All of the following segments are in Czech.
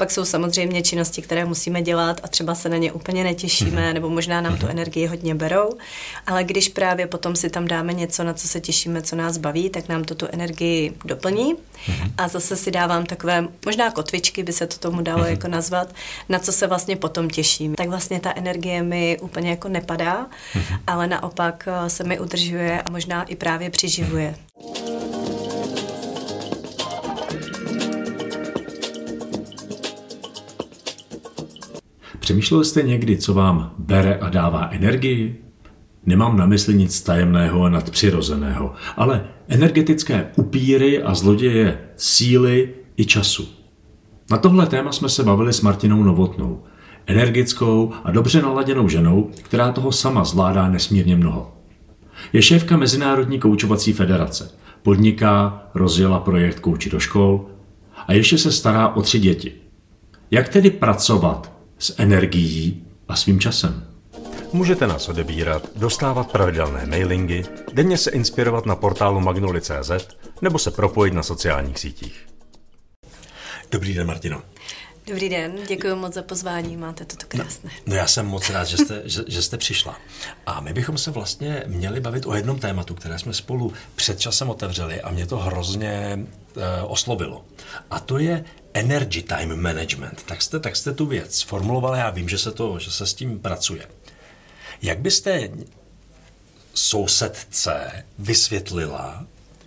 Pak jsou samozřejmě činnosti, které musíme dělat a třeba se na ně úplně netěšíme, nebo možná nám tu energii hodně berou, ale když právě potom si tam dáme něco, na co se těšíme, co nás baví, tak nám to tu energii doplní a zase si dávám takové, možná kotvičky by se to tomu dalo jako nazvat, na co se vlastně potom těším. Tak vlastně ta energie mi úplně jako nepadá, ale naopak se mi udržuje a možná i právě přiživuje. Přemýšleli jste někdy, co vám bere a dává energii? Nemám na mysli nic tajemného a nadpřirozeného, ale energetické upíry a zloděje síly i času. Na tohle téma jsme se bavili s Martinou Novotnou, energickou a dobře naladěnou ženou, která toho sama zvládá nesmírně mnoho. Je šéfka Mezinárodní koučovací federace, podniká, rozjela projekt Kouči do škol a ještě se stará o 3 děti. Jak tedy pracovat s energií a svým časem? Můžete nás odebírat, dostávat pravidelné mailingy, denně se inspirovat na portálu magnoli.cz nebo se propojit na sociálních sítích. Dobrý den, Martino. Dobrý den, děkuji moc za pozvání, máte toto krásné. No já jsem moc rád, že jste přišla. A my bychom se vlastně měli bavit o jednom tématu, které jsme spolu před časem otevřeli a mě to hrozně oslovilo. A to je energy time management. Tak jste tu věc formulovali, já vím, že se s tím pracuje. Jak byste sousedce vysvětlila,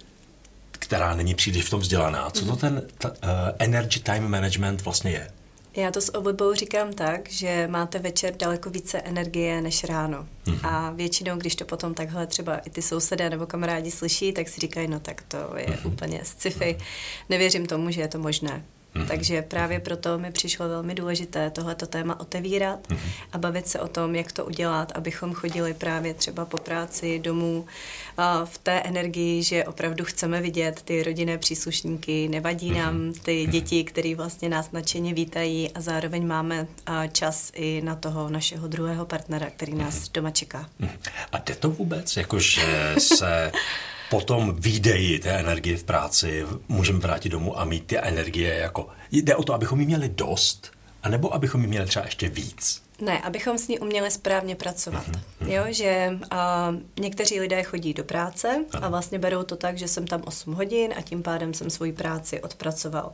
která není příliš v tom vzdělaná, co to ten energy time management vlastně je? Já to s oblibou říkám tak, že máte večer daleko více energie než ráno. A většinou, když to potom takhle třeba i ty sousedé nebo kamarádi slyší, tak si říkají, no tak to je úplně sci-fi. Nevěřím tomu, že je to možné. Takže právě proto mi přišlo velmi důležité tohleto téma otevírat a bavit se o tom, jak to udělat, abychom chodili právě třeba po práci domů v té energii, že opravdu chceme vidět ty rodinné příslušníky, nevadí nám ty děti, které vlastně nás nadšeně vítají a zároveň máme čas i na toho našeho druhého partnera, který nás doma čeká. A jde to vůbec? Jakože se potom výdeji té energie v práci můžeme vrátit domů a mít ty energie jako... Jde o to, abychom jí měli dost, anebo abychom jí měli třeba ještě víc? Ne, abychom s ní uměli správně pracovat. Jo, že někteří lidé chodí do práce a vlastně berou to tak, že jsem tam 8 hodin a tím pádem jsem svoji práci odpracoval.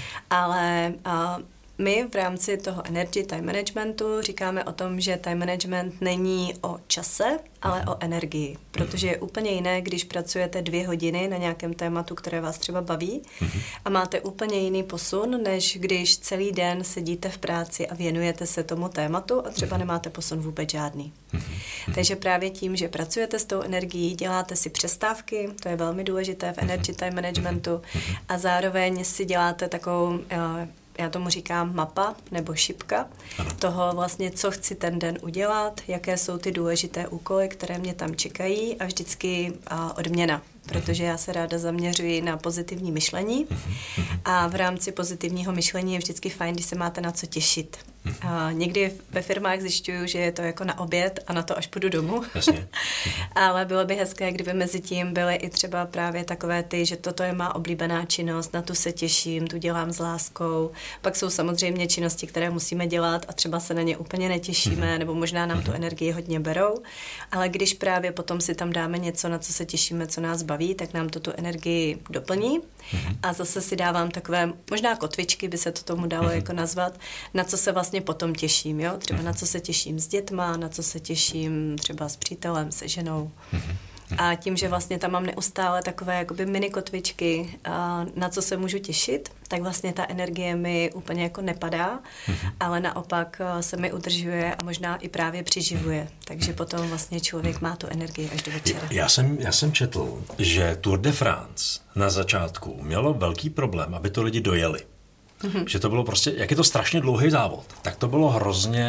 Ale my v rámci toho energy time managementu říkáme o tom, že time management není o čase, ale o energii. Protože je úplně jiné, když pracujete 2 hodiny na nějakém tématu, které vás třeba baví a máte úplně jiný posun, než když celý den sedíte v práci a věnujete se tomu tématu a třeba nemáte posun vůbec žádný. Takže právě tím, že pracujete s tou energií, děláte si přestávky, to je velmi důležité v energy time managementu a zároveň si děláte takovou... Já tomu říkám mapa nebo šipka toho vlastně, co chci ten den udělat, jaké jsou ty důležité úkoly, které mě tam čekají a vždycky odměna, protože já se ráda zaměřuji na pozitivní myšlení a v rámci pozitivního myšlení je vždycky fajn, když se máte na co těšit. A někdy ve firmách zjišťuju, že je to jako na oběd a na to až půjdu domů. Jasně. Ale bylo by hezké, kdyby mezi tím byly i třeba právě takové ty, že toto je má oblíbená činnost, na tu se těším, tu dělám s láskou. Pak jsou samozřejmě činnosti, které musíme dělat a třeba se na ně úplně netěšíme, nebo možná nám tu energii hodně berou. Ale když právě potom si tam dáme něco, na co se těšíme, co nás baví, tak nám to tu energii doplní. A zase si dávám takové, možná kotvičky by se to tomu dalo jako nazvat, na co se vlastně potom těším, jo? Třeba na co se těším s dětma, na co se těším třeba s přítelem, se ženou. A tím, že vlastně tam mám neustále takové jakoby mini kotvičky, na co se můžu těšit, tak vlastně ta energie mi úplně jako nepadá, ale naopak se mi udržuje a možná i právě přiživuje. Takže potom vlastně člověk má tu energii až do večera. Já jsem četl, že Tour de France na začátku mělo velký problém, aby to lidi dojeli. Že to bylo prostě, jak je to strašně dlouhý závod, tak to bylo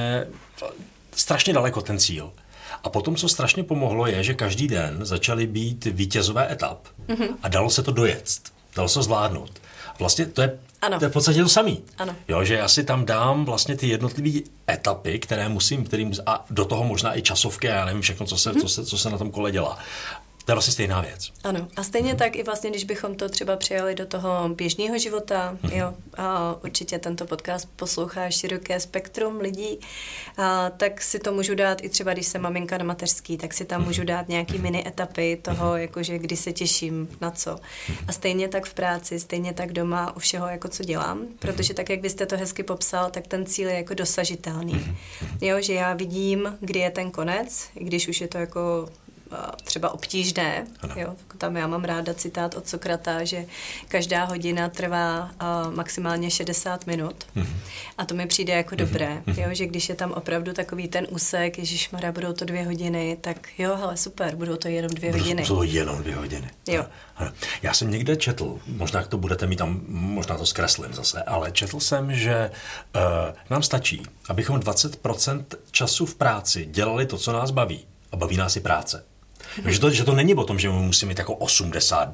strašně daleko ten cíl. A potom, co strašně pomohlo, je, že každý den začaly být vítězové etap a dalo se to dojet, dalo se zvládnout. Vlastně to je v podstatě to samý. Ano. Jo, že já si tam dám vlastně ty jednotlivé etapy, které musím, a do toho možná i časovky, a já nevím všechno, co se na tom kole dělá. To je vlastně stejná věc. Ano. A stejně tak i vlastně, když bychom to třeba přijali do toho běžného života, jo, a určitě tento podcast poslouchá široké spektrum lidí, tak si to můžu dát i třeba, když jsem maminka na mateřský, tak si tam můžu dát nějaký mini etapy toho, jakože kdy se těším na co. A stejně tak v práci, stejně tak doma u všeho, jako co dělám, protože tak, jak byste to hezky popsal, tak ten cíl je jako dosažitelný. Jo, že já vidím, kdy je ten konec, i když už je to jako třeba obtížné. Jo? Tam já mám ráda citát od Sokrata, že každá hodina trvá maximálně 60 minut. A to mi přijde jako dobré, jo? Že když je tam opravdu takový ten úsek, ježišmarja, budou to 2 hodiny, tak jo, hele, super, budou to jenom 2 hodiny. Budou jenom 2 hodiny. Jo. Já jsem někde četl, možná to budete mít tam, možná to zkreslím zase, ale četl jsem, že nám stačí, abychom 20% času v práci dělali to, co nás baví. A baví nás i práce. Že to není o tom, že my musíme mít jako 80,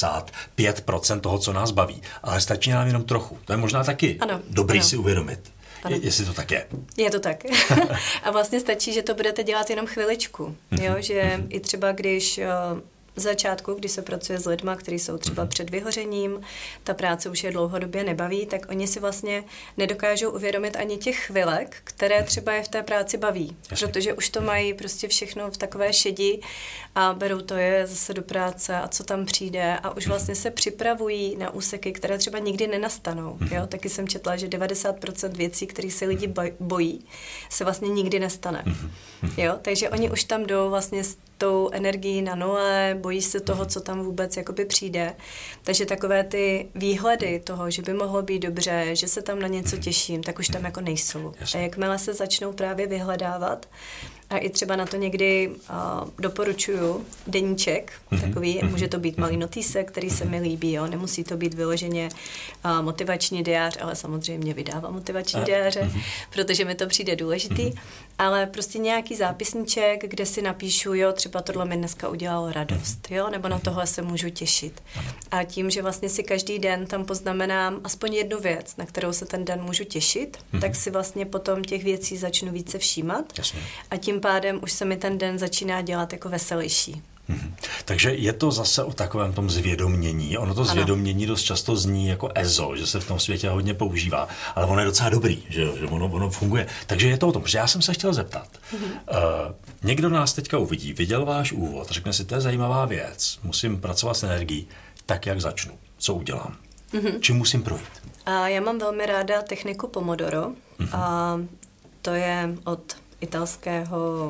95% toho, co nás baví, ale stačí nám jenom trochu. To je možná taky dobrý si uvědomit. Jestli to tak je. Je to tak. A vlastně stačí, že to budete dělat jenom chviličku. Jo? Že i třeba když v začátku, když se pracuje s lidma, kteří jsou třeba před vyhořením, ta práce už je dlouhodobě nebaví, tak oni si vlastně nedokážou uvědomit ani těch chvilek, které třeba je v té práci baví. Jasně. Protože už to mají prostě všechno v takové šedi a berou to je zase do práce a co tam přijde a už vlastně se připravují na úseky, které třeba nikdy nenastanou. Jo? Taky jsem četla, že 90% věcí, kterých se lidi bojí, se vlastně nikdy nestane. Jo? Takže oni už tam jdou vlastně s tou energií na nule, bojí se toho, co tam vůbec jakoby přijde. Takže takové ty výhledy toho, že by mohlo být dobře, že se tam na něco těším, tak už tam jako nejsou. A jakmile se začnou právě vyhledávat, a i třeba na to někdy doporučuju deníček, takový, může to být malý notýsek, který se mi líbí, jo? Nemusí to být vyloženě motivační diář, ale samozřejmě vydávám motivační diáře, protože mi to přijde důležitý, ale prostě nějaký zápisníček, kde si napíšu, jo, třeba tohle mi dneska udělalo radost, jo, nebo na tohle se můžu těšit. A tím, že vlastně si každý den tam poznamenám aspoň jednu věc, na kterou se ten den můžu těšit, tak si vlastně potom těch věcí začnu více všímat. Jasně. A tím pádem už se mi ten den začíná dělat jako veselější. Takže je to zase o takovém tom zvědomění. Ono to zvědomění dost často zní jako EZO, že se v tom světě hodně používá, ale ono je docela dobrý, že ono funguje. Takže je to o tom, že já jsem se chtěl zeptat. Někdo nás teďka uvidí, viděl váš úvod, řekne si, to je zajímavá věc, musím pracovat s energií, tak jak začnu? Co udělám? Čím musím projít? Já mám velmi ráda techniku Pomodoro. A to je od italského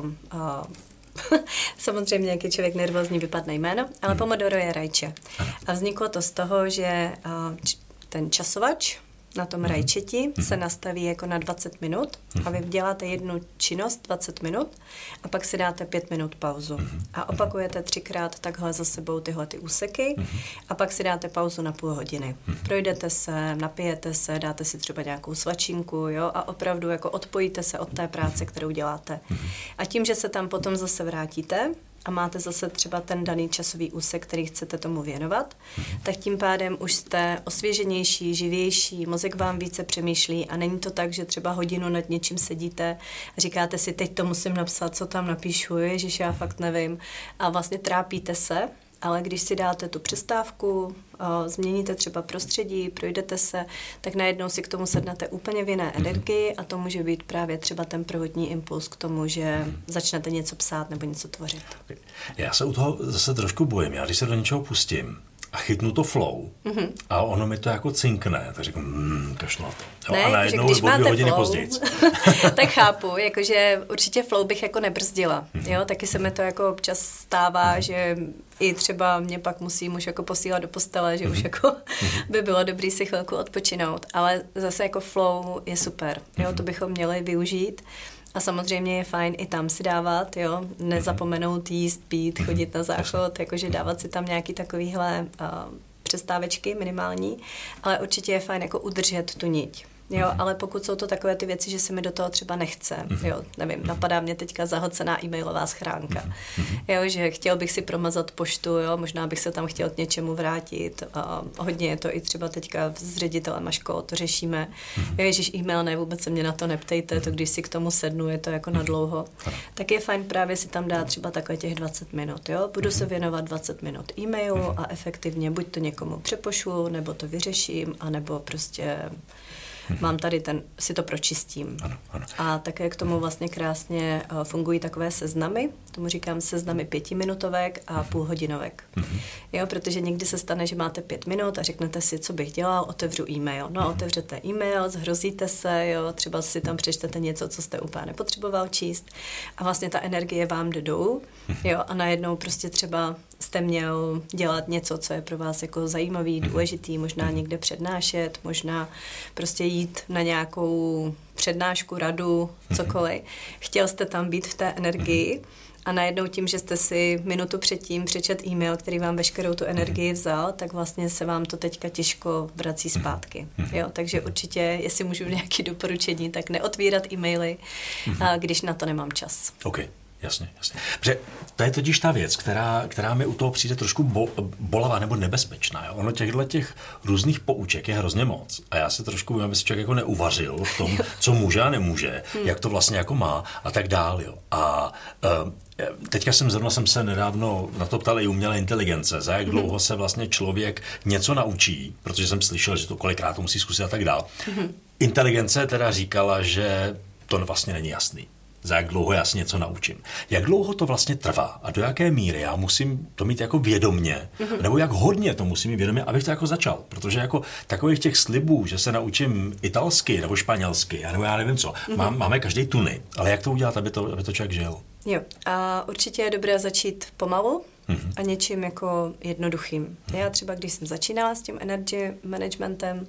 samozřejmě, jak je člověk nervózní, vypadne jméno, ale Pomodoro je rajče. A vzniklo to z toho, že ten časovač na tom rajčeti se nastaví jako na 20 minut a vy děláte jednu činnost 20 minut a pak si dáte 5 minut pauzu. A opakujete 3krát takhle za sebou tyhle ty úseky a pak si dáte pauzu na půl hodiny. Projdete se, napijete se, dáte si třeba nějakou svačinku, jo, a opravdu jako odpojíte se od té práce, kterou děláte. A tím, že se tam potom zase vrátíte, a máte zase třeba ten daný časový úsek, který chcete tomu věnovat, tak tím pádem už jste osvěženější, živější, mozek vám více přemýšlí a není to tak, že třeba hodinu nad něčím sedíte a říkáte si, teď to musím napsat, co tam napíšu, ježiš, já fakt nevím. A vlastně trápíte se, ale když si dáte tu přestávku, změníte třeba prostředí, projdete se, tak najednou si k tomu sednete úplně v jiné energii a to může být právě třeba ten prvotní impuls k tomu, že začnete něco psát nebo něco tvořit. Já se u toho zase trošku bojím. Já když se do něčeho pustím a chytnu to flow a ono mi to jako cinkne, tak říkám, kašlu na to. Ne, a najednou když máte hodiny flow, později. tak chápu, jakože určitě flow bych jako nebrzdila. Jo? Taky se mi to jako občas stává, že i třeba mě pak musí muž jako posílat do postele, že už jako by bylo dobrý si chvilku odpočinout. Ale zase jako flow je super. Jo? To bychom měli využít. A samozřejmě je fajn i tam si dávat, jo, nezapomenout jíst, pít, chodit na záchod, jakože dávat si tam nějaký takovýhle přestávečky minimální, ale určitě je fajn jako udržet tu niť. jo, ale pokud jsou to takové ty věci, že se mi do toho třeba nechce, jo, nevím, napadá mě teďka zahlcená e-mailová schránka, jo, že chtěl bych si promazat poštu, jo, možná bych se tam chtěl k něčemu vrátit a hodně je to i třeba teďka s ředitelem a škol, to řešíme, jo, ježiš, e-mail ne, vůbec se mě na to neptejte, to když si k tomu sednu, je to jako na dlouho, tak je fajn právě si tam dát třeba takové těch 20 minut, jo, budu se věnovat 20 minut e-mailu a efektivně buď to někomu přepošlu, nebo to vyřeším, anebo prostě mám tady si to pročistím. Ano. A také k tomu vlastně krásně fungují takové seznamy, tomu říkám seznamy 5minutovek a půlhodinovek. Jo, protože někdy se stane, že máte 5 minut a řeknete si, co bych dělal, otevřu e-mail. No, otevřete e-mail, zhrozíte se, jo, třeba si tam přečtete něco, co jste úplně nepotřeboval číst a vlastně ta energie vám jde dolů, jo, a najednou prostě třeba jste měl dělat něco, co je pro vás jako zajímavý, důležitý, možná někde přednášet, možná prostě jít na nějakou přednášku, radu, cokoliv. Chtěl jste tam být v té energii a najednou tím, že jste si minutu předtím přečet e-mail, který vám veškerou tu energii vzal, tak vlastně se vám to teďka těžko vrací zpátky. Jo, takže určitě, jestli můžu nějaké doporučení, tak neotvírat e-maily, když na to nemám čas. Okay. Jasně. Protože to je totiž ta věc, která mi u toho přijde trošku bolavá nebo nebezpečná. Jo? Ono těch různých pouček je hrozně moc. A já se trošku bojím, aby se člověk jako neuvařil v tom, co může a nemůže, jak to vlastně jako má a tak dál. Jo? A teďka jsem se nedávno na to ptal i umělé inteligence, za jak dlouho se vlastně člověk něco naučí, protože jsem slyšel, že to kolikrát to musí zkusit a tak dál. Inteligence teda říkala, že to vlastně není jasný. Za jak dlouho já si něco naučím. Jak dlouho to vlastně trvá a do jaké míry já musím to mít jako vědomě, nebo jak hodně to musím mít vědomě, abych to jako začal. Protože jako takových těch slibů, že se naučím italsky nebo španělsky, nebo já nevím co, máme každý tuny, ale jak to udělat, aby to člověk žil? Jo, a určitě je dobré začít pomalu a něčím jako jednoduchým. Já třeba, když jsem začínala s tím energy managementem,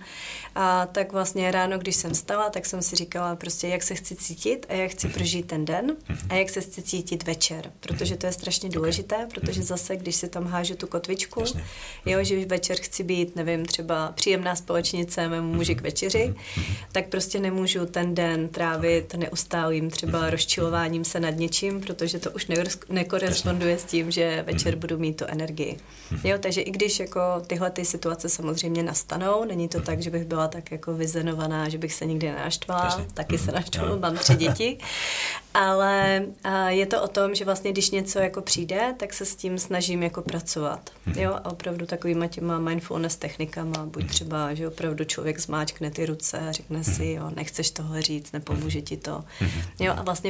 tak vlastně ráno, když jsem vstala, tak jsem si říkala prostě, jak se chci cítit a jak chci prožít ten den a jak se chci cítit večer, protože to je strašně důležité, protože zase, když si tam hážu tu kotvičku, jo, že večer chci být, nevím, třeba příjemná společnice mému muži k večeři, tak prostě nemůžu ten den trávit neustálým třeba rozčilováním se nad něčím, protože to už nekoresponduje s tím, že večer budu mít tu energii. Jo, takže i když jako tyhle ty situace samozřejmě nastanou, není to tak, že bych byla tak jako vyzenovaná, že bych se nikdy nenaštvala, taky se naštvala, mám 3 děti, ale je to o tom, že vlastně když něco jako přijde, tak se s tím snažím jako pracovat. Jo, a opravdu takovýma těma mindfulness technikama, buď třeba, že opravdu člověk zmáčkne ty ruce a řekne si, jo, nechceš tohle říct, nepomůže ti to. Jo, a vlastně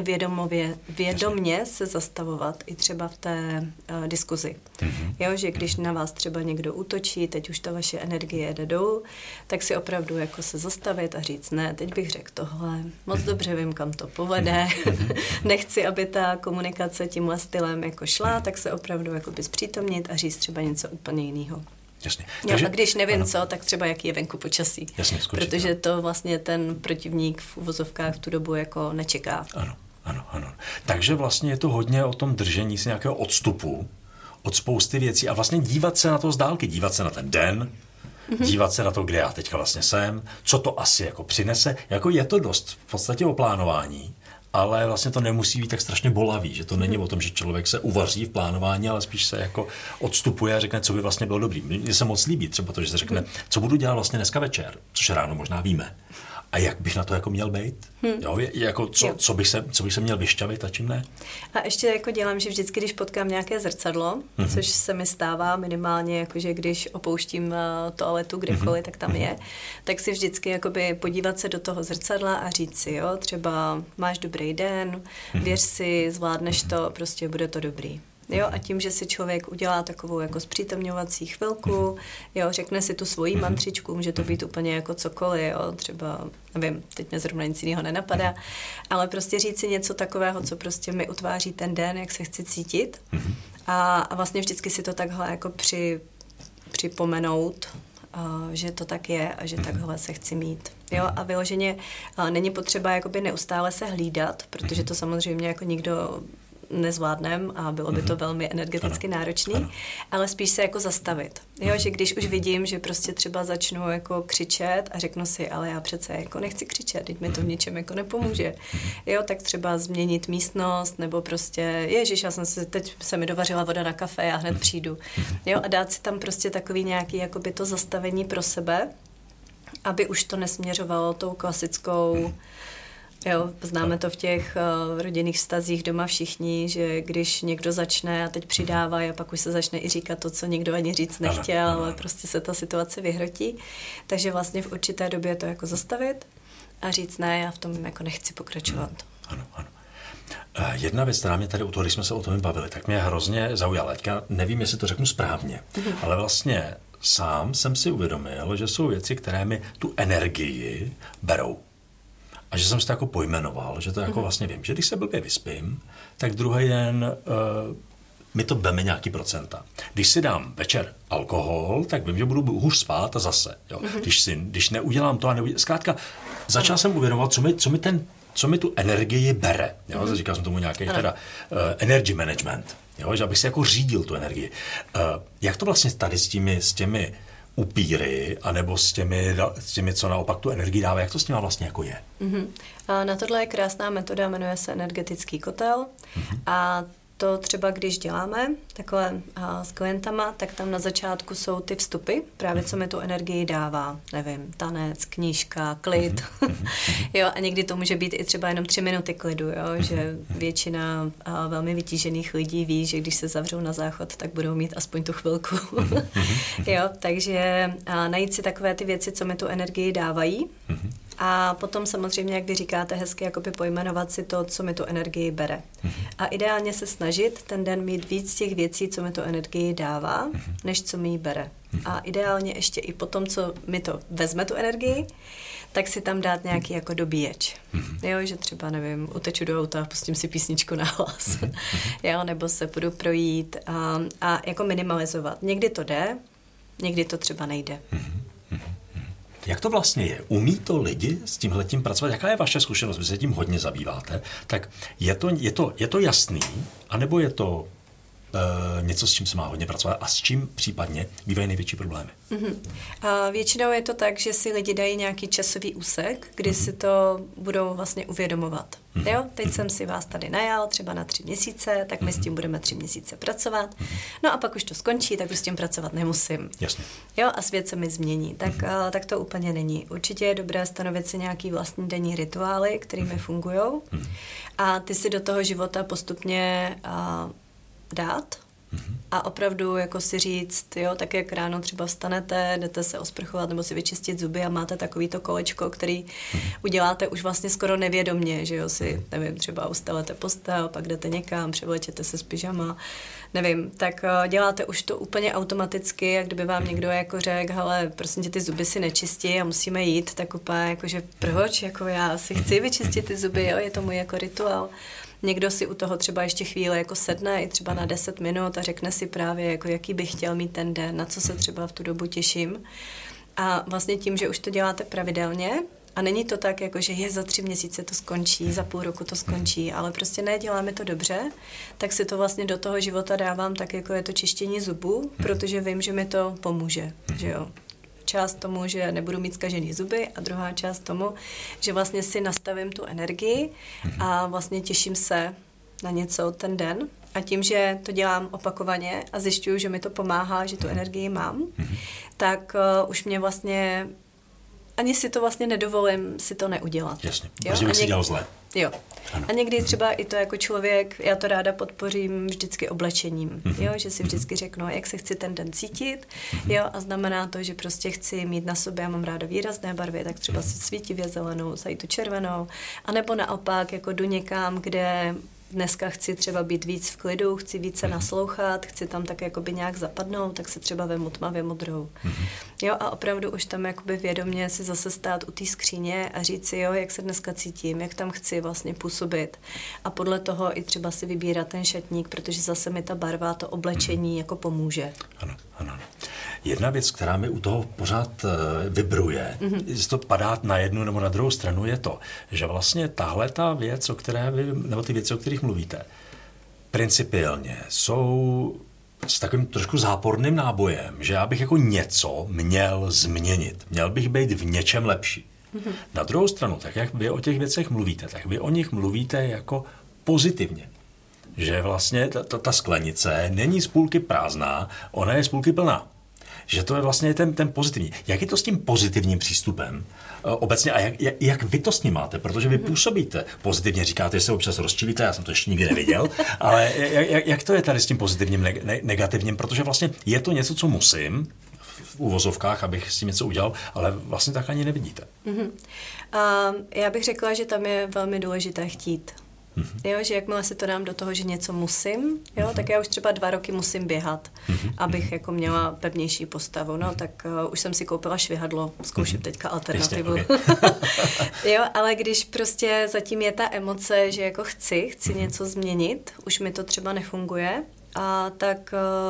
vědomně se zastavovat i třeba v té diskuzi. Jo, že když na vás třeba někdo útočí, teď už ta vaše energie jde dolů, tak si opravdu jako se zastavit a říct, ne, teď bych řekl tohle, moc dobře vím, kam to povede, nechci, aby ta komunikace tímhle stylem jako šla, tak se opravdu jako zpřítomnit a říct třeba něco úplně jiného. Jasně. Takže, a když nevím co, tak třeba jaký je venku počasí. Jasně, protože to vlastně ten protivník v uvozovkách v tu dobu jako nečeká. Ano. Takže vlastně je to hodně o tom držení si nějakého odstupu od spousty věcí a vlastně dívat se na to z dálky, dívat se na ten den, dívat se na to, kde já teďka vlastně jsem, co to asi jako přinese. Jako je to dost v podstatě o plánování, ale vlastně to nemusí být tak strašně bolavý, že to není o tom, že člověk se uvaří v plánování, ale spíš se jako odstupuje a řekne, co by vlastně bylo dobrý. Mně se moc líbí třeba to, že se řekne, co budu dělat vlastně dneska večer, což ráno možná víme. A jak bych na to jako měl být? Jo, jako co bych se měl vyšťavit a čím ne? A ještě jako dělám, že vždycky, když potkám nějaké zrcadlo, což se mi stává minimálně, jakože když opouštím toaletu kdekoliv, tak tam je, tak si vždycky jakoby podívat se do toho zrcadla a říct si, jo, třeba máš dobrý den, věř si, zvládneš to, prostě bude to dobrý. Jo, a tím, že si člověk udělá takovou jako zpřítomňovací chvilku, jo, řekne si tu svoji mantřičku, může to být úplně jako cokoliv, jo, třeba, nevím, teď mě zrovna nic jiného nenapadá, ale prostě říct si něco takového, co prostě mi utváří ten den, jak se chci cítit a vlastně vždycky si to takhle jako připomenout, že to tak je a že takhle se chci mít. Jo, a vyloženě není potřeba jakoby neustále se hlídat, protože to samozřejmě jako nikdo nezvládnem a bylo by to velmi energeticky náročný, ale spíš se jako zastavit. Jo, že když už vidím, že prostě třeba začnu jako křičet a řeknu si, ale já přece jako nechci křičet, teď mi to v ničem jako nepomůže. Jo, tak třeba změnit místnost, nebo prostě, ježiš, teď se mi dovařila voda na kafe, já hned přijdu. Jo, a dát si tam prostě takový nějaký jakoby to zastavení pro sebe, aby už to nesměřovalo tou klasickou. Jo, známe to v těch rodinných vztazích doma všichni, že když někdo začne a teď přidává a pak už se začne i říkat to, co nikdo ani říct nechtěl, ale prostě se ta situace vyhrotí. Takže vlastně v určité době to jako zastavit a říct ne, já v tom jako nechci pokračovat. Ano. Jedna věc, která mě tady u toho, když jsme se o tom bavili, tak mě hrozně zaujala. Teďka nevím, jestli to řeknu správně, ale vlastně sám jsem si uvědomil, že jsou věci, které mi tu energii berou. A že jsem si to jako pojmenoval, že to jako vlastně vím, že když se blbě vyspím, tak druhý den mi to veme nějaký procenta. Když si dám večer alkohol, tak vím, že budu hůř spát a zase. Jo. Když neudělám to a zkrátka začal jsem uvědomovat, co mi tu energii bere. Jo. Říkal jsem tomu nějaký energy management. Jo, že abych si jako řídil tu energii. Jak to vlastně tady s těmi upíry, anebo s těmi, co naopak tu energii dává, jak to s nimi vlastně jako je? A na tohle je krásná metoda, jmenuje se energetický kotel a to třeba, když děláme takhle s klientama, tak tam na začátku jsou ty vstupy, právě co mi tu energii dává, nevím, tanec, knížka, klid. Jo, a někdy to může být i třeba jenom 3 minuty klidu, jo, že většina velmi vytížených lidí ví, že když se zavřou na záchod, tak budou mít aspoň tu chvilku. Jo, takže najít si takové ty věci, co mi tu energii dávají. A potom samozřejmě, jak vy říkáte, hezky jakoby pojmenovat si to, co mi tu energii bere. A ideálně se snažit ten den mít víc těch věcí, co mi tu energii dává, než co mi ji bere. A ideálně ještě i potom, co mi to vezme tu energii, tak si tam dát nějaký jako dobíječ. Jo, že třeba, nevím, uteču do auta, pustím si písničku na hlas. Jo, nebo se půjdu projít a jako minimalizovat. Někdy to jde, někdy to třeba nejde. Jak to vlastně je? Umí to lidi s tímhletím pracovat? Jaká je vaše zkušenost? Vy se tím hodně zabýváte. Tak je to jasný? Anebo je to něco, s čím se má hodně pracovat a s čím případně bývají největší problémy? A většinou je to tak, že si lidi dají nějaký časový úsek, kdy si to budou vlastně uvědomovat. Jo, teď jsem si vás tady najal třeba na 3 měsíce, tak my s tím budeme 3 měsíce pracovat. No a pak už to skončí, tak už s tím pracovat nemusím. Jasně. Jo, a svět se mi změní. Tak to úplně není. Určitě je dobré stanovit si nějaký vlastní denní rituály, kterými fungujou. A ty si do toho života postupně dát a opravdu jako si říct, jo, tak jak ráno třeba vstanete, jdete se osprchovat nebo si vyčistit zuby a máte takovýto kolečko, který uděláte už vlastně skoro nevědomně, že jo, si, nevím, třeba ustalete postel, pak jdete někam, převlečete se z pyžama, nevím, tak děláte už to úplně automaticky, jak kdyby vám někdo jako řekl, hele, prosím tě, ty zuby si nečistí a musíme jít, tak úplně jakože proč, jako já si chci vyčistit ty zuby, jo, je to můj jako rituál. Někdo si u toho třeba ještě chvíli jako sedne i třeba na 10 minut a řekne si právě, jako jaký bych chtěl mít ten den, na co se třeba v tu dobu těším. A vlastně tím, že už to děláte pravidelně, a není to tak, jako, že je za 3 měsíce to skončí, za půl roku to skončí, ale prostě neděláme to dobře, tak si to vlastně do toho života dávám tak, jako je to čištění zubů, protože vím, že mi to pomůže, že jo. Část tomu, že nebudu mít zkažený zuby a druhá část tomu, že vlastně si nastavím tu energii a vlastně těším se na něco ten den. A tím, že to dělám opakovaně a zjišťuju, že mi to pomáhá, že tu energii mám, tak už mě vlastně ani si to vlastně nedovolím si to neudělat. Jasně, protože bych si dělal zle. Jo. Ano. A někdy třeba i to jako člověk, já to ráda podpořím vždycky oblečením, jo, že si vždycky řeknu, jak se chci ten den cítit, jo, a znamená to, že prostě chci mít na sobě, já mám ráda výrazné barvy, tak třeba si svítivě zelenou, tady tu červenou, anebo naopak jako jdu někam, kde dneska chci třeba být víc v klidu, chci více naslouchat, chci tam tak jakoby nějak zapadnout, tak se třeba vemu tmavě modrou. Jo, a opravdu už tam jakoby vědomě si zase stát u té skříně a říct si, jo, jak se dneska cítím, jak tam chci vlastně působit. A podle toho i třeba si vybírat ten šatník, protože zase mi ta barva, to oblečení jako pomůže. Ano. Jedna věc, která mi u toho pořád vibruje, jestli to padá na jednu nebo na druhou stranu, je to, že vlastně tahle ta věc, o které vy, nebo ty věci, o kterých mluvíte, principiálně jsou s takovým trošku záporným nábojem, že já bych jako něco měl změnit. Měl bych být v něčem lepší. Na druhou stranu, tak jak vy o těch věcech mluvíte, tak vy o nich mluvíte jako pozitivně. Že vlastně ta sklenice není z půlky prázdná, ona je z půlky plná. Že to je vlastně ten pozitivní. Jak je to s tím pozitivním přístupem obecně a jak vy to s ním máte? Protože vy působíte pozitivně, říkáte, že se občas rozčilíte, já jsem to ještě nikdy neviděl, ale jak to je tady s tím pozitivním, negativním? Protože vlastně je to něco, co musím v uvozovkách, abych s tím něco udělal, ale vlastně tak ani nevidíte. Já bych řekla, že tam je velmi důležité chtít. Jo, že jakmile si to dám do toho, že něco musím, jo, tak já už třeba 2 roky musím běhat, abych jako měla pevnější postavu. No, tak už jsem si koupila švihadlo, zkouším teďka alternativu. Jo, ale když prostě zatím je ta emoce, že jako chci něco změnit, už mi to třeba nefunguje, tak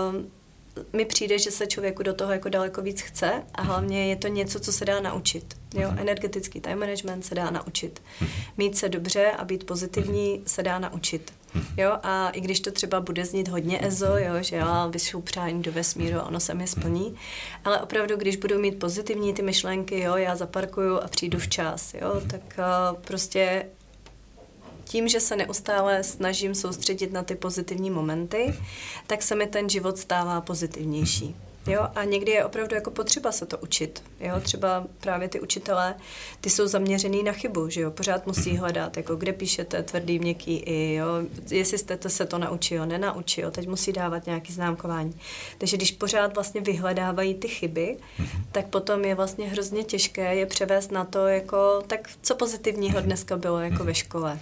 mi přijde, že se člověku do toho jako daleko víc chce a hlavně je to něco, co se dá naučit. Jo? Energetický time management se dá naučit. Mít se dobře a být pozitivní se dá naučit. Jo? A i když to třeba bude znít hodně ezo, jo? Že já vyšlu přání do vesmíru a ono se mi splní, ale opravdu, když budu mít pozitivní ty myšlenky, jo? Já zaparkuju a přijdu včas, jo? Tak prostě tím, že se neustále snažím soustředit na ty pozitivní momenty, tak se mi ten život stává pozitivnější. Jo? A někdy je opravdu jako potřeba se to učit. Jo? Třeba právě ty učitelé, ty jsou zaměřený na chybu, že jo? Pořád musí hledat, jako kde píšete tvrdý, měkký i, jo? Jestli jste se to naučil, nenaučil, teď musí dávat nějaké známkování. Takže když pořád vlastně vyhledávají ty chyby, tak potom je vlastně hrozně těžké je převést na to, jako, tak co pozitivního dneska bylo jako ve škole.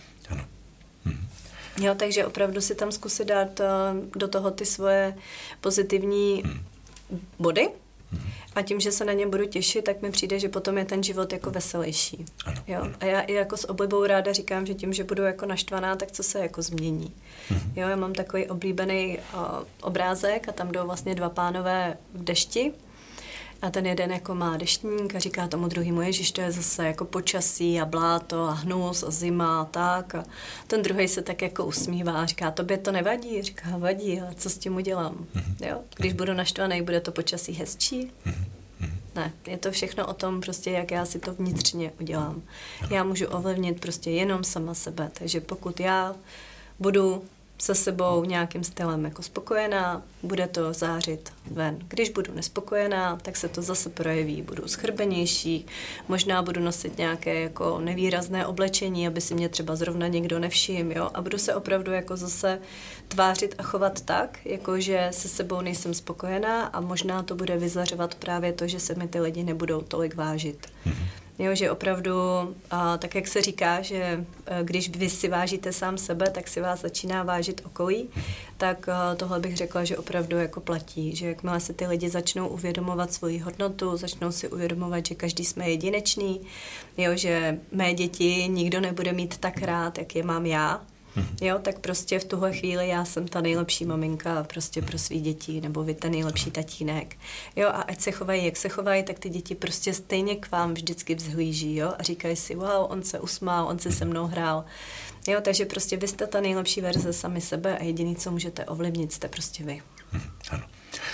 Jo, takže opravdu si tam zkusit dát do toho ty svoje pozitivní body a tím, že se na ně budu těšit, tak mi přijde, že potom je ten život jako veselější. Jo? A já i jako s oblibou ráda říkám, že tím, že budu jako naštvaná, tak co se jako změní. Jo, já mám takový oblíbený obrázek a tam jdou vlastně 2 pánové v dešti. A ten jeden jako má deštník a říká tomu druhému, ježiš, to je zase jako počasí a bláto a hnus a zima a tak. A ten druhý se tak jako usmívá a říká, tobě to nevadí? Říká, vadí, ale co s tím udělám? Jo? Když budu naštvaný, bude to počasí hezčí? Ne, je to všechno o tom prostě, jak já si to vnitřně udělám. Já můžu ovlivnit prostě jenom sama sebe, takže pokud já budu se sebou nějakým stylem jako spokojená, bude to zářit ven. Když budu nespokojená, tak se to zase projeví. Budu schrbenější, možná budu nosit nějaké jako nevýrazné oblečení, aby si mě třeba zrovna někdo nevšiml, jo? A budu se opravdu jako zase tvářit a chovat tak, jako že se sebou nejsem spokojená a možná to bude vyzařovat právě to, že se mi ty lidi nebudou tolik vážit. Jo, že opravdu, tak jak se říká, že když vy si vážíte sám sebe, tak si vás začíná vážit okolí, tak tohle bych řekla, že opravdu jako platí, že jakmile se ty lidi začnou uvědomovat svoji hodnotu, začnou si uvědomovat, že každý jsme jedinečný, jo, že mé děti nikdo nebude mít tak rád, jak je mám já, jo, tak prostě v tuhle chvíli já jsem ta nejlepší maminka prostě pro svý děti, nebo vy ten nejlepší tatínek. Jo, a ať se chovají, jak se chovají, tak ty děti prostě stejně k vám vždycky vzhlíží, jo, a říkají si, wow, on se usmál, on si se mnou hrál. Jo, takže prostě vy jste ta nejlepší verze sami sebe a jediný, co můžete ovlivnit, jste prostě vy. Ano.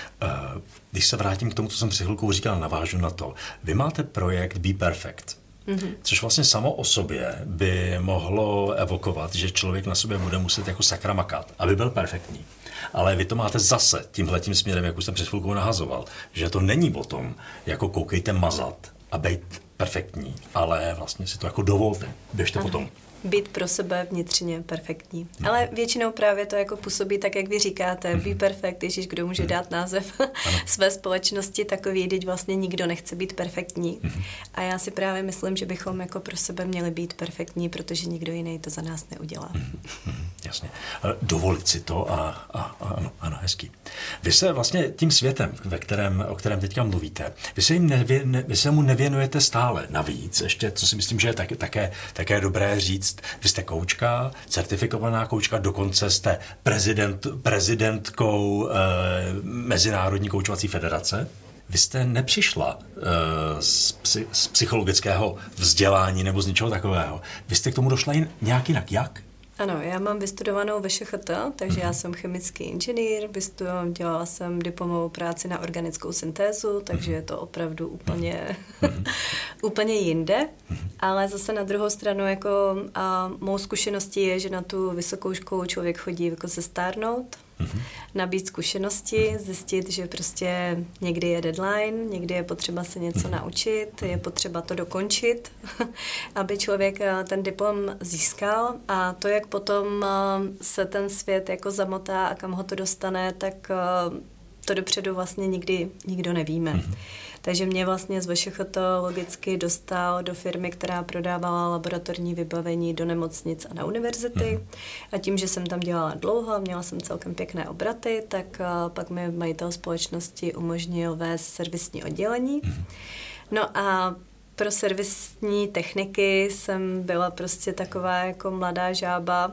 Když se vrátím k tomu, co jsem před chvilkou říkal, navážu na to. Vy máte projekt Be Perfect. Což vlastně samo o sobě by mohlo evokovat, že člověk na sobě bude muset jako sakra makat, aby byl perfektní. Ale vy to máte zase tímhletím směrem, jak už jsem před chvilkou nahazoval, že to není o tom, jako koukejte mazat a být perfektní, ale vlastně si to jako dovolte, běžte potom. Být pro sebe vnitřně perfektní. Ale většinou právě to jako působí tak, jak vy říkáte, be perfect, ježiš, kdo může dát název své společnosti takový, když vlastně nikdo nechce být perfektní. A já si právě myslím, že bychom jako pro sebe měli být perfektní, protože nikdo jiný to za nás neudělá. Jasně. Dovolit si to ano, hezký. Vy se vlastně tím světem, o kterém teďka mluvíte, vy se mu nevěnujete stále. Navíc, ještě, co si myslím, že je také dobré říct, vy jste koučka, certifikovaná koučka, dokonce jste prezidentkou Mezinárodní koučovací federace. Vy jste nepřišla z psychologického vzdělání nebo z něčeho takového. Vy jste k tomu došla nějak jinak. Jak? Ano, já mám vystudovanou VŠCHT, takže já jsem chemický inženýr, dělala jsem diplomovou práci na organickou syntézu, takže je to opravdu úplně jinde, ale zase na druhou stranu jako mou zkušeností je, že na tu vysokou školu člověk chodí jako se stárnout, nabít zkušenosti, zjistit, že prostě někdy je deadline, někdy je potřeba se něco naučit, je potřeba to dokončit, aby člověk ten diplom získal a to, jak potom se ten svět jako zamotá a kam ho to dostane, tak to dopředu vlastně nikdy nikdo nevíme. Takže mě vlastně z VŠCHT logicky dostal do firmy, která prodávala laboratorní vybavení do nemocnic a na univerzity. A tím, že jsem tam dělala dlouho a měla jsem celkem pěkné obraty, tak pak mi majitel společnosti umožnil vést servisní oddělení. No a pro servisní techniky jsem byla prostě taková jako mladá žába,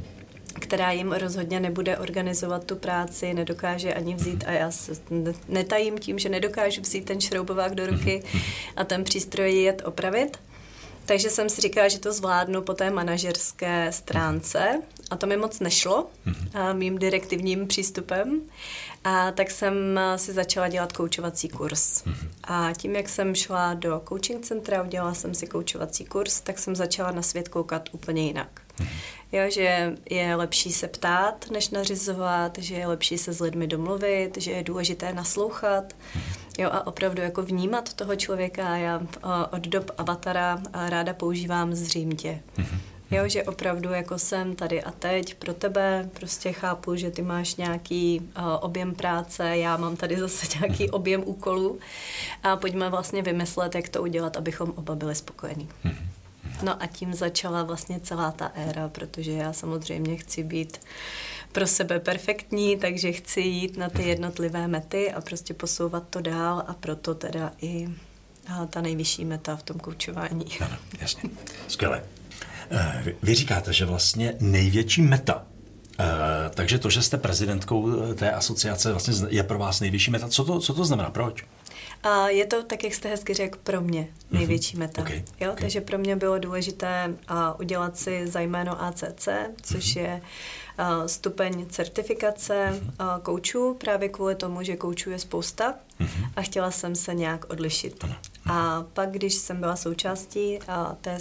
která jim rozhodně nebude organizovat tu práci, nedokáže ani vzít, a já se netajím tím, že nedokážu vzít ten šroubovák do ruky a ten přístroj jet opravit. Takže jsem si říkala, že to zvládnu po té manažerské stránce a to mi moc nešlo mým direktivním přístupem. A tak jsem si začala dělat koučovací kurz. A tím, jak jsem šla do coaching centra, udělala jsem si koučovací kurz, tak jsem začala na svět koukat úplně jinak. Jo, že je lepší se ptát, než nařizovat, že je lepší se s lidmi domluvit, že je důležité naslouchat, jo, a opravdu jako vnímat toho člověka. Já od dob Avatara ráda používám zřím tě. Jo, že opravdu jako jsem tady a teď pro tebe, prostě chápu, že ty máš nějaký objem práce, já mám tady zase nějaký objem úkolů a pojďme vlastně vymyslet, jak to udělat, abychom oba byli spokojení. No a tím začala vlastně celá ta éra, protože já samozřejmě chci být pro sebe perfektní, takže chci jít na ty jednotlivé mety a prostě posouvat to dál a proto teda i ta nejvyšší meta v tom koučování. Ano, jasně. Skvěle. Vy říkáte, že vlastně největší meta, takže to, že jste prezidentkou té asociace, vlastně je pro vás nejvyšší meta. Co to znamená? Proč? A je to, tak jak jste hezky řekl, pro mě největší meta. Okay. Takže pro mě bylo důležité udělat si za jméno ACC, což je stupeň certifikace koučů, právě kvůli tomu, že koučů je spousta a chtěla jsem se nějak odlišit. A pak, když jsem byla součástí té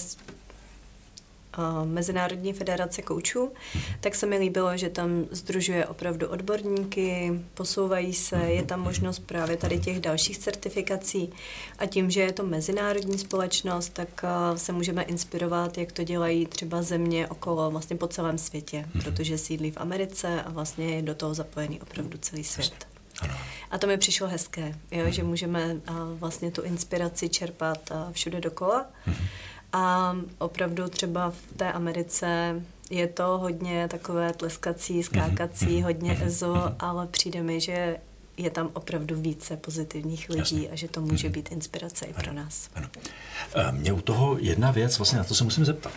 Mezinárodní federace koučů, tak se mi líbilo, že tam sdružuje opravdu odborníky, posouvají se, je tam možnost právě tady těch dalších certifikací a tím, že je to mezinárodní společnost, tak se můžeme inspirovat, jak to dělají třeba země okolo, vlastně po celém světě, protože sídlí v Americe a vlastně je do toho zapojený opravdu celý svět. A to mi přišlo hezké, jo, že můžeme vlastně tu inspiraci čerpat všude dokola. A opravdu třeba v té Americe je to hodně takové tleskací, skákací, hodně EZO, ale přijde mi, že je tam opravdu více pozitivních lidí a že to může být inspirace i pro nás. Ano. Mě u toho jedna věc, vlastně na to se musím zeptat.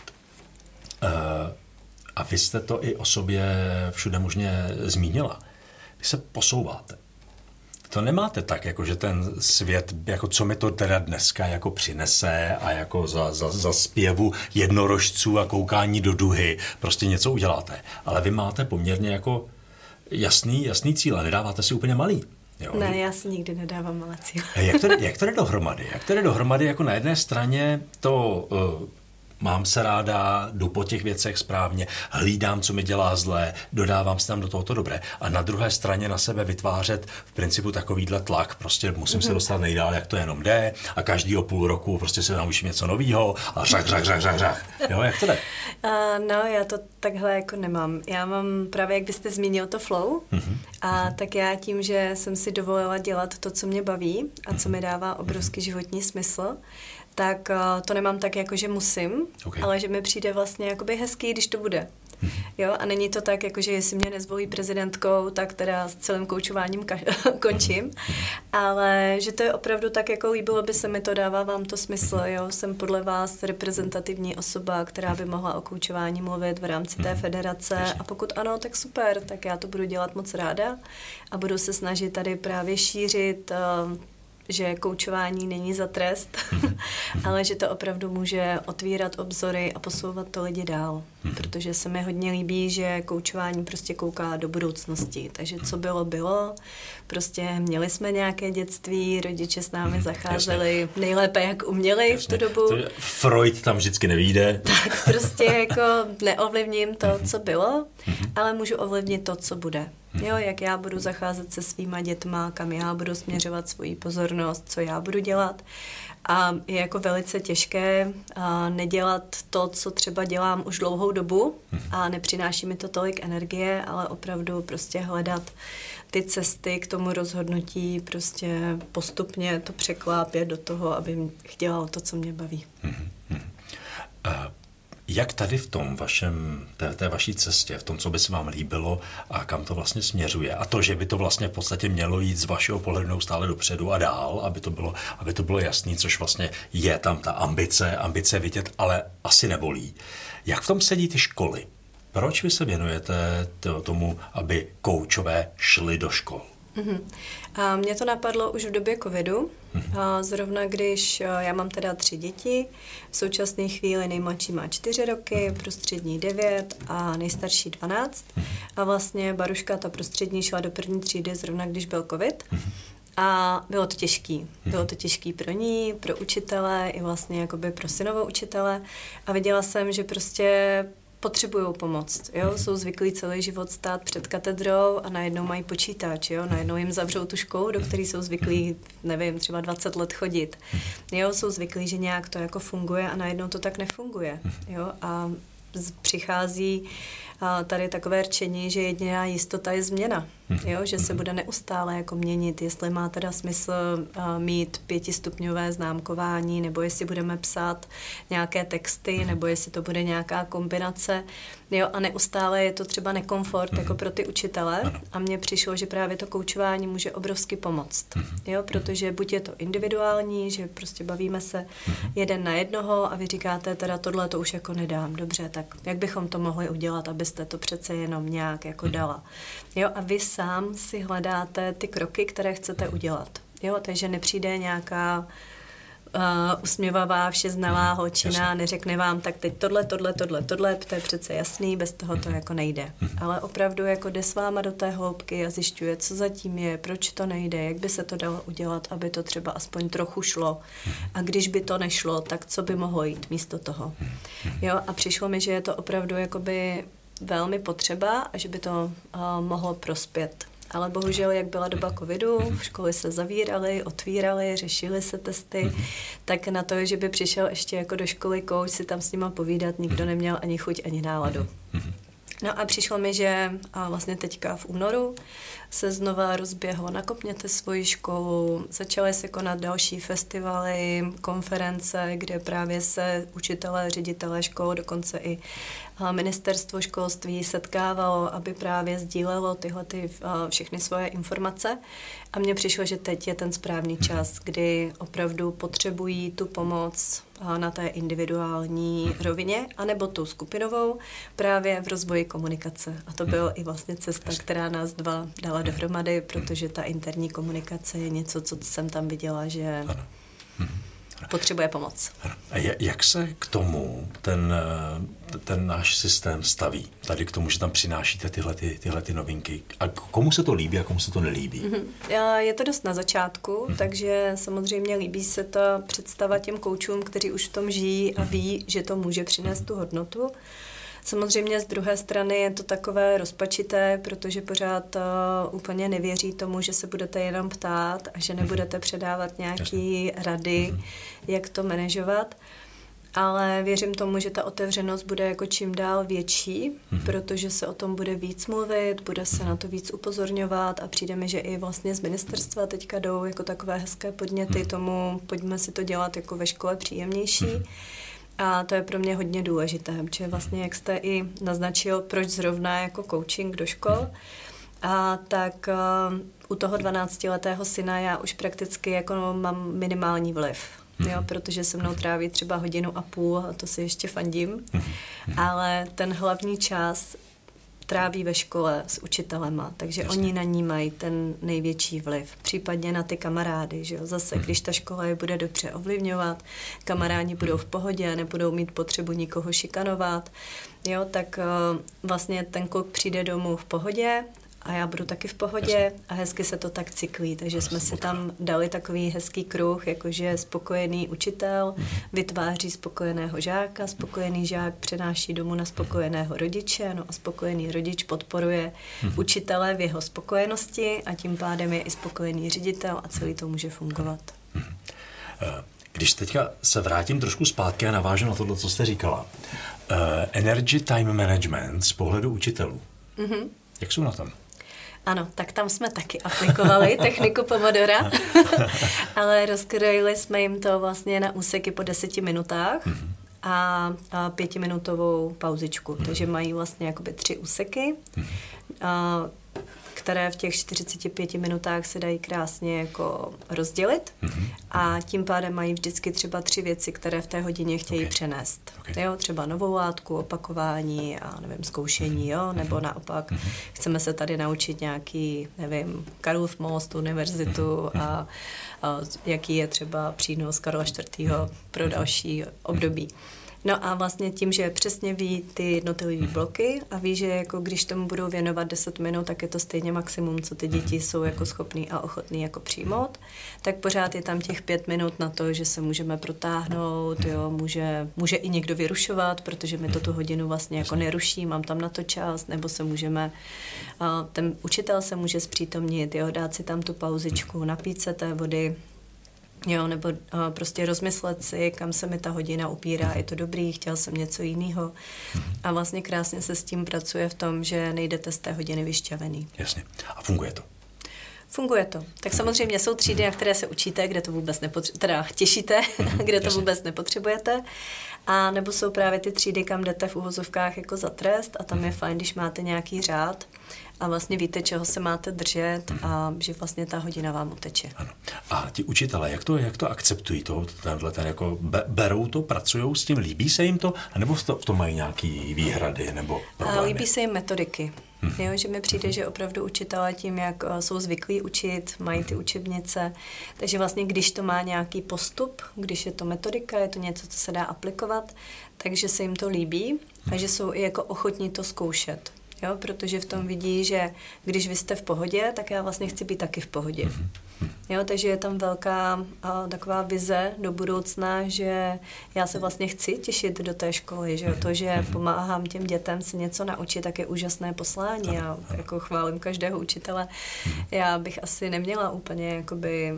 A vy jste to i o sobě všude možně zmínila. Vy se posouváte. To nemáte tak, jako že ten svět, jako co mi to teda dneska jako přinese a jako za zpěvu jednorožců a koukání do duhy prostě něco uděláte. Ale vy máte poměrně jako jasný cíl a nedáváte si úplně malý. Jo? Ne, já si nikdy nedávám malé cíle. Jak to jde dohromady? Jak to jde dohromady? Jako na jedné straně to... mám se ráda, jdu po těch věcech správně, hlídám, co mi dělá zlé, dodávám si tam do tohoto dobré. A na druhé straně na sebe vytvářet v principu takovýhle tlak. Prostě musím se dostat nejdál, jak to jenom jde a každýho půl roku prostě se naučím něco novýho a řach. Jo, jak to jde? No, já to takhle jako nemám. Já mám právě, jak byste zmínil to flow, a tak já tím, že jsem si dovolila dělat to, co mě baví a co mi dává obrovský životní smysl, tak to nemám tak, jako že musím, ale že mi přijde vlastně jakoby hezký, když to bude. Jo, a není to tak, jako že jestli mě nezvolí prezidentkou, tak teda s celým koučováním končím, ale že to je opravdu tak, jako líbilo by se mi to, dává vám to smysl, jo, jsem podle vás reprezentativní osoba, která by mohla o koučování mluvit v rámci té federace a pokud ano, tak super, tak já to budu dělat moc ráda a budu se snažit tady právě šířit že koučování není za trest, ale že to opravdu může otvírat obzory a posouvat to lidi dál. Protože se mi hodně líbí, že koučování prostě kouká do budoucnosti. Takže co bylo, prostě měli jsme nějaké dětství, rodiče s námi zacházeli nejlépe, jak uměli v tu dobu. Freud tam vždycky nevyjde. Tak prostě jako neovlivním to, co bylo, ale můžu ovlivnit to, co bude. Jo, jak já budu zacházet se svýma dětma, kam já budu směřovat svoji pozornost, co já budu dělat. A je jako velice těžké nedělat to, co třeba dělám už dlouhou dobu a nepřináší mi to tolik energie, ale opravdu prostě hledat ty cesty k tomu rozhodnutí, prostě postupně to překlápět do toho, aby dělal to, co mě baví. Jak tady v tom té vaší cestě, v tom, co by se vám líbilo a kam to vlastně směřuje? A to, že by to vlastně v podstatě mělo jít z vašeho pohledu neustále dopředu a dál, aby to bylo jasný, což vlastně je tam ta ambice vidět, ale asi nebolí. Jak v tom sedí ty školy? Proč vy se věnujete tomu, aby koučové šli do škol? A mě to napadlo už v době covidu. A zrovna když já mám teda 3 děti, v současné chvíli nejmladší má 4 roky, prostřední 9 a nejstarší 12. A vlastně Baruška, ta prostřední, šla do 1. třídy zrovna když byl covid. A bylo to těžký. Bylo to těžký pro ní, pro učitele i vlastně jakoby pro synovou učitele. A viděla jsem, že prostě potřebují pomoc. Jo? Jsou zvyklí celý život stát před katedrou a najednou mají počítač. Jo? Najednou jim zavřou tu školu, do které jsou zvyklí, nevím, třeba 20 let chodit. Jo? Jsou zvyklí, že nějak to jako funguje a najednou to tak nefunguje. Jo? A přichází tady takové rčení, že jediná jistota je změna. Jo? Že se bude neustále jako měnit, jestli má teda smysl mít 5stupňové známkování, nebo jestli budeme psát nějaké texty, nebo jestli to bude nějaká kombinace. Jo? A neustále je to třeba nekomfort jako pro ty učitele. A mně přišlo, že právě to koučování může obrovsky pomoct. Jo? Protože buď je to individuální, že prostě bavíme se jeden na jednoho a vy říkáte, teda tohle to už jako nedám. Dobře, tak jak bychom to mohli udělat, abyste to přece jenom nějak jako dala. Jo? A vy sám si hledáte ty kroky, které chcete udělat. Jo? Takže nepřijde nějaká usměvavá, všeznalá holčina, neřekne vám, tak teď tohle, to je přece jasný, bez toho to jako nejde. Ale opravdu jako jde s váma do té hloubky a zjišťuje, co zatím je, proč to nejde, jak by se to dalo udělat, aby to třeba aspoň trochu šlo. A když by to nešlo, tak co by mohlo jít místo toho. Jo? A přišlo mi, že je to opravdu jakoby velmi potřeba a že by to mohlo prospět. Ale bohužel, jak byla doba covidu, školy se zavíraly, otvíraly, řešily se testy, tak na to, že by přišel ještě jako do školy kouč si tam s nima povídat, nikdo neměl ani chuť, ani náladu. No a přišlo mi, že vlastně teďka v únoru se znova rozběhlo Nakopněte svoji školu, začaly se konat další festivaly, konference, kde právě se učitelé, ředitelé škol, dokonce i ministerstvo školství setkávalo, aby právě sdílelo tyhle všechny svoje informace. A mně přišlo, že teď je ten správný čas, kdy opravdu potřebují tu pomoc na té individuální rovině, anebo tu skupinovou právě v rozvoji komunikace. A to byla i vlastně cesta, která nás dva dala dohromady, protože ta interní komunikace je něco, co jsem tam viděla, že potřebuje pomoc. A jak se k tomu ten náš systém staví? Tady k tomu, že tam přinášíte tyhle novinky. A komu se to líbí a komu se to nelíbí? Je to dost na začátku, takže samozřejmě líbí se ta představa těm koučům, kteří už v tom žijí a ví, že to může přinést tu hodnotu. Samozřejmě z druhé strany je to takové rozpačité, protože pořád úplně nevěří tomu, že se budete jenom ptát a že nebudete předávat nějaké rady, jak to manažovat. Ale věřím tomu, že ta otevřenost bude jako čím dál větší, protože se o tom bude víc mluvit, bude se na to víc upozorňovat a přijde mi, že i vlastně z ministerstva teďka jdou jako takové hezké podněty tomu, pojďme si to dělat jako ve škole příjemnější. A to je pro mě hodně důležité, protože vlastně, jak jste i naznačil, proč zrovna jako coaching do škol, tak u toho 12letého syna já už prakticky jako mám minimální vliv. Jo, protože se mnou tráví třeba 1,5 hodiny a to si ještě fandím, ale ten hlavní čas tráví ve škole s učitelema, takže jasně. Oni na ní mají ten největší vliv. Případně na ty kamarády, že jo. Zase, když ta škola je bude dobře ovlivňovat, kamarádi budou v pohodě, nebudou mít potřebu nikoho šikanovat, jo, tak vlastně ten kluk přijde domů v pohodě a já budu taky v pohodě. Jasně. A hezky se to tak cyklí, takže jsme si tam dali takový hezký kruh, jakože spokojený učitel vytváří spokojeného žáka, spokojený žák přenáší domů na spokojeného rodiče, no a spokojený rodič podporuje učitele v jeho spokojenosti a tím pádem je i spokojený ředitel a celý to může fungovat. Když teďka se vrátím trošku zpátky a navážu na tohle, co jste říkala. Energy time management z pohledu učitelů. Jak jsou na tom? Ano, tak tam jsme taky aplikovali techniku Pomodora, ale rozkrojili jsme jim to vlastně na úseky po 10 minutách a 5minutovou pauzičku. Takže mají vlastně jakoby 3 úseky, které v těch 45 minutách se dají krásně jako rozdělit a tím pádem mají vždycky třeba 3 věci, které v té hodině chtějí přenést. Jo, třeba novou látku, opakování a nevím, zkoušení, jo, nebo naopak chceme se tady naučit nějaký, nevím, Karlův most, univerzitu a jaký je třeba přínos Karla IV. Pro další období. No a vlastně tím, že přesně ví ty jednotlivé bloky a ví, že jako když tomu budou věnovat 10 minut, tak je to stejně maximum, co ty děti jsou jako schopný a ochotný jako přijmout, tak pořád je tam těch 5 minut na to, že se můžeme protáhnout, jo, může i někdo vyrušovat, protože mi to tu hodinu vlastně jako neruší, mám tam na to čas, nebo se můžeme, ten učitel se může zpřítomnit, jo, dát si tam tu pauzičku, napít se té vody, jo, nebo prostě rozmyslet si, kam se mi ta hodina upírá, je to dobrý, chtěl jsem něco jiného. A vlastně krásně se s tím pracuje v tom, že nejdete z té hodiny vyšťavený. Jasně. A funguje to? Funguje to. Tak samozřejmě jsou třídy, na které se učíte, kde to vůbec těšíte, kde to vůbec nepotřebujete. A nebo jsou právě ty třídy, kam jdete v uvozovkách jako za trest a tam je fajn, když máte nějaký řád a vlastně víte, čeho se máte držet a že vlastně ta hodina vám uteče. Ano. A ti učitelé, jak to akceptují? Ten jako berou to, pracujou s tím, líbí se jim to? A nebo v tom mají nějaký výhrady nebo problémy? Líbí se jim metodiky. Jo, že mi přijde, že opravdu učitelé tím, jak jsou zvyklí učit, mají ty učebnice, takže vlastně když to má nějaký postup, když je to metodika, je to něco, co se dá aplikovat, takže se jim to líbí a že jsou i jako ochotní to zkoušet. Jo, protože v tom vidí, že když vy jste v pohodě, tak já vlastně chci být taky v pohodě. Jo, takže je tam velká taková vize do budoucna, že já se vlastně chci těšit do té školy, že to, že pomáhám těm dětem se něco naučit, tak je úžasné poslání. Já jako chválím každého učitele. Já bych asi neměla úplně jakoby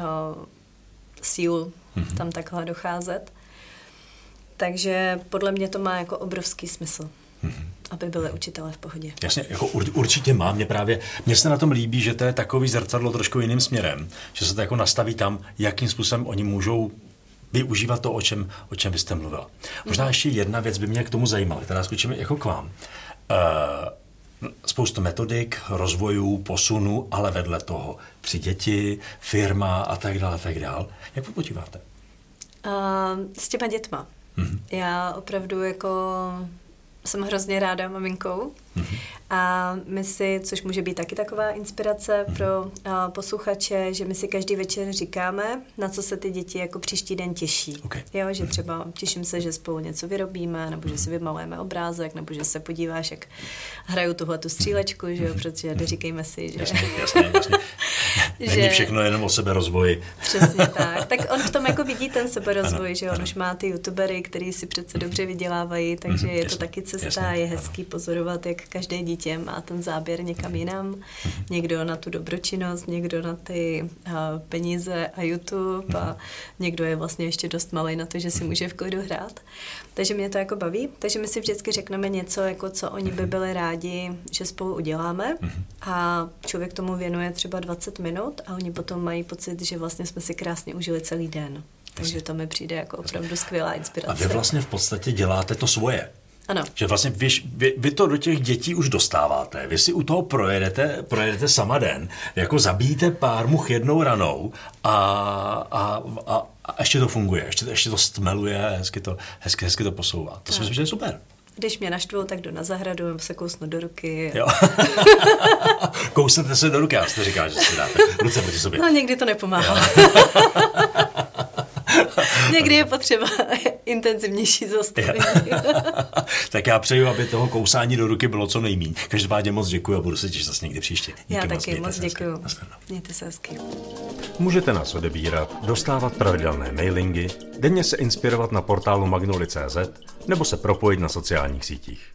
sílu tam takhle docházet. Takže podle mě to má jako obrovský smysl. Aby byli učitelé v pohodě. Jasně, jako určitě má. Mně se na tom líbí, že to je takový zrcadlo trošku jiným směrem, že se to jako nastaví tam, jakým způsobem oni můžou využívat to, o čem vy jste mluvila. Možná ještě jedna věc by mě k tomu zajímala, která skočíme jako k vám. Spoustu metodik, rozvojů, posunů, ale vedle toho 3 děti, firma a tak dále, tak dále. Jak počíváte? S těma dětma. Já opravdu jako jsem hrozně ráda maminkou a my si, což může být taky taková inspirace pro posluchače, že my si každý večer říkáme, na co se ty děti jako příští den těší. Okay. Jo, že třeba těším se, že spolu něco vyrobíme, nebo že si vymalujeme obrázek, nebo že se podíváš, jak hraju tuhletu střílečku, že jo, protože neříkejme si, že... Jasně. Není všechno jenom o seberozvoji. Přesně tak. Tak on v tom jako vidí ten seberozvoj, že on už má ty youtubery, který si přece dobře vydělávají, takže je to taky cesta, je hezký pozorovat, jak každé dítě má ten záběr někam jinam. Někdo na tu dobročinnost, někdo na ty peníze a YouTube a někdo je vlastně ještě dost malý na to, že si může v klidu hrát. Takže mě to jako baví. Takže my si vždycky řekneme něco, jako co oni by byli rádi, že spolu uděláme a člověk tomu věnuje třeba 20 minut a oni potom mají pocit, že vlastně jsme si krásně užili celý den. Takže to mi přijde jako opravdu skvělá inspirace. A vy vlastně v podstatě děláte to svoje. Ano. Že vlastně vy to do těch dětí už dostáváte, vy si u toho projedete sama den, jako zabijíte pár much jednou ranou a ještě to funguje, ještě to stmeluje, hezky to posouvá. To si myslím, že je super. Když mě naštvou, tak jdu na zahradu, nebo se kousnu do ruky. Jo. Kousnete se do ruky, já jste říkal, že si dáte ruce proti sobě. No, někdy to nepomáhá. Někdy je potřeba intenzivnější zastavení. Tak já přeju, aby toho kousání do ruky bylo co nejmíň. Každopádně moc děkuji a budu se těšit zase někdy příště. Já taky moc děkuji. Mějte se hezky. Můžete nás odebírat, dostávat pravidelné mailingy, denně se inspirovat na portálu magnoli.cz nebo se propojit na sociálních sítích.